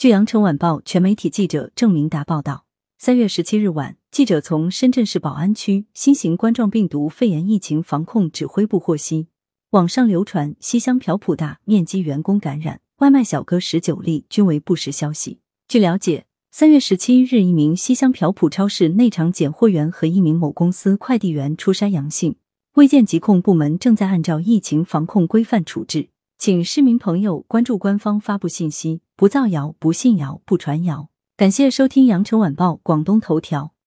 据羊城晚报全媒体记者郑明达报道，3月17日晚，记者从深圳市宝安区新型冠状病毒肺炎疫情防控指挥部获悉，网上流传西乡朴普大面积员工感染，外卖小哥19例均为不实消息。据了解，3月17日，一名西乡朴普超市内场拣货员和一名某公司快递员初筛阳性，卫健疾控部门正在按照疫情防控规范处置，请市民朋友关注官方发布信息，不造谣、不信谣、不传谣。感谢收听羊城晚报广东头条。